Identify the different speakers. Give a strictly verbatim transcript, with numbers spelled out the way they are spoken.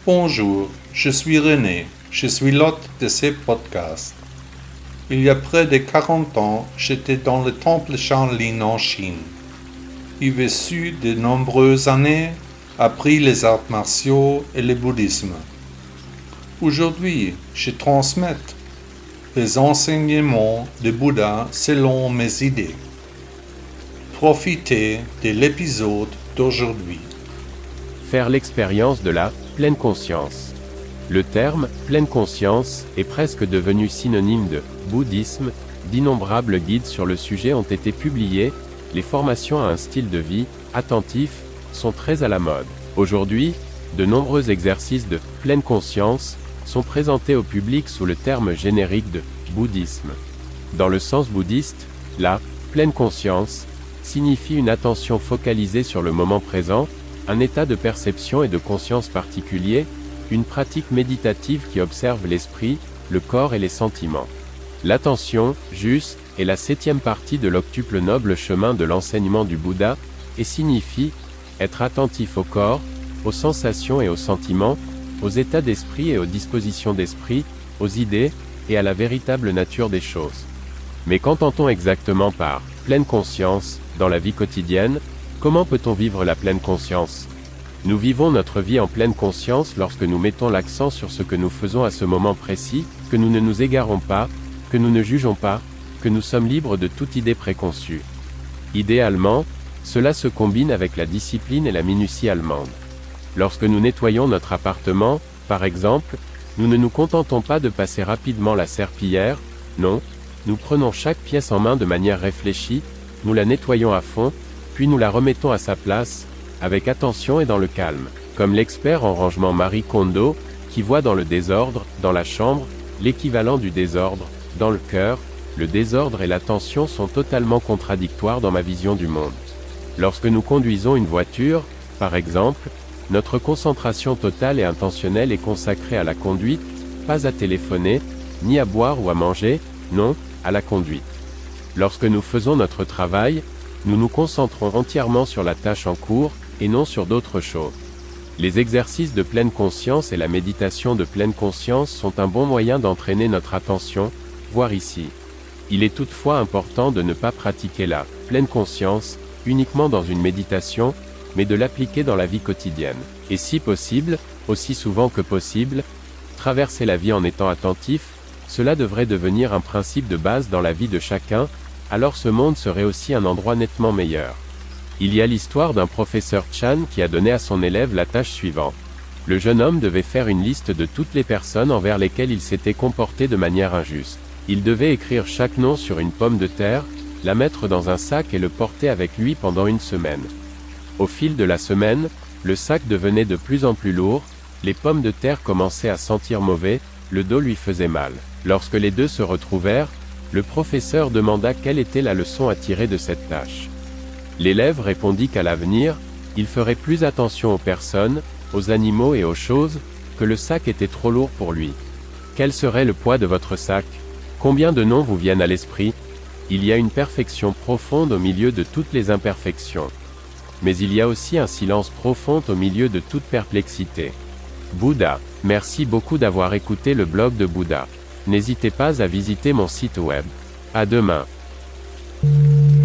Speaker 1: Bonjour, je suis René, je suis l'hôte de ces podcasts. Il y a près de quarante ans, j'étais dans le temple Shaolin en Chine. J'ai vécu de nombreuses années, appris les arts martiaux et le bouddhisme. Aujourd'hui, je transmets les enseignements de Bouddha selon mes idées. Profitez de l'épisode d'aujourd'hui.
Speaker 2: Faire l'expérience de la pleine conscience. Le terme pleine conscience est presque devenu synonyme de bouddhisme. D'innombrables guides sur le sujet ont été publiés. Les formations à un style de vie attentif sont très à la mode. Aujourd'hui, de nombreux exercices de pleine conscience sont présentés au public sous le terme générique de bouddhisme. Dans le sens bouddhiste, la pleine conscience signifie une attention focalisée sur le moment présent, un état de perception et de conscience particulier, une pratique méditative qui observe l'esprit, le corps et les sentiments. L'attention, juste, est la septième partie de l'octuple noble chemin de l'enseignement du Bouddha, et signifie être attentif au corps, aux sensations et aux sentiments, aux états d'esprit et aux dispositions d'esprit, aux idées, et à la véritable nature des choses. Mais qu'entend-on exactement par pleine conscience dans la vie quotidienne? Comment peut-on vivre la pleine conscience? Nous vivons notre vie en pleine conscience lorsque nous mettons l'accent sur ce que nous faisons à ce moment précis, que nous ne nous égarons pas, que nous ne jugeons pas, que nous sommes libres de toute idée préconçue. Idéalement, cela se combine avec la discipline et la minutie allemande. Lorsque nous nettoyons notre appartement, par exemple, nous ne nous contentons pas de passer rapidement la serpillière, non, nous prenons chaque pièce en main de manière réfléchie, nous la nettoyons à fond, puis nous la remettons à sa place, avec attention et dans le calme. Comme l'expert en rangement Marie Kondo, qui voit dans le désordre, dans la chambre, l'équivalent du désordre, dans le cœur, le désordre et l'attention sont totalement contradictoires dans ma vision du monde. Lorsque nous conduisons une voiture, par exemple, notre concentration totale et intentionnelle est consacrée à la conduite, pas à téléphoner, ni à boire ou à manger, non, à la conduite. Lorsque nous faisons notre travail, nous nous concentrons entièrement sur la tâche en cours, et non sur d'autres choses. Les exercices de pleine conscience et la méditation de pleine conscience sont un bon moyen d'entraîner notre attention, voire ici. Il est toutefois important de ne pas pratiquer la pleine conscience uniquement dans une méditation, mais de l'appliquer dans la vie quotidienne. Et si possible, aussi souvent que possible, traverser la vie en étant attentif, cela devrait devenir un principe de base dans la vie de chacun, alors ce monde serait aussi un endroit nettement meilleur. Il y a l'histoire d'un professeur Chan qui a donné à son élève la tâche suivante. Le jeune homme devait faire une liste de toutes les personnes envers lesquelles il s'était comporté de manière injuste. Il devait écrire chaque nom sur une pomme de terre, la mettre dans un sac et le porter avec lui pendant une semaine. Au fil de la semaine, le sac devenait de plus en plus lourd, les pommes de terre commençaient à sentir mauvais, le dos lui faisait mal. Lorsque les deux se retrouvèrent, le professeur demanda quelle était la leçon à tirer de cette tâche. L'élève répondit qu'à l'avenir, il ferait plus attention aux personnes, aux animaux et aux choses, que le sac était trop lourd pour lui. Quel serait le poids de votre sac? Combien de noms vous viennent à l'esprit? Il y a une perfection profonde au milieu de toutes les imperfections. Mais il y a aussi un silence profond au milieu de toute perplexité. Bouddha. Merci beaucoup d'avoir écouté le blog de Bouddha. N'hésitez pas à visiter mon site web. À demain.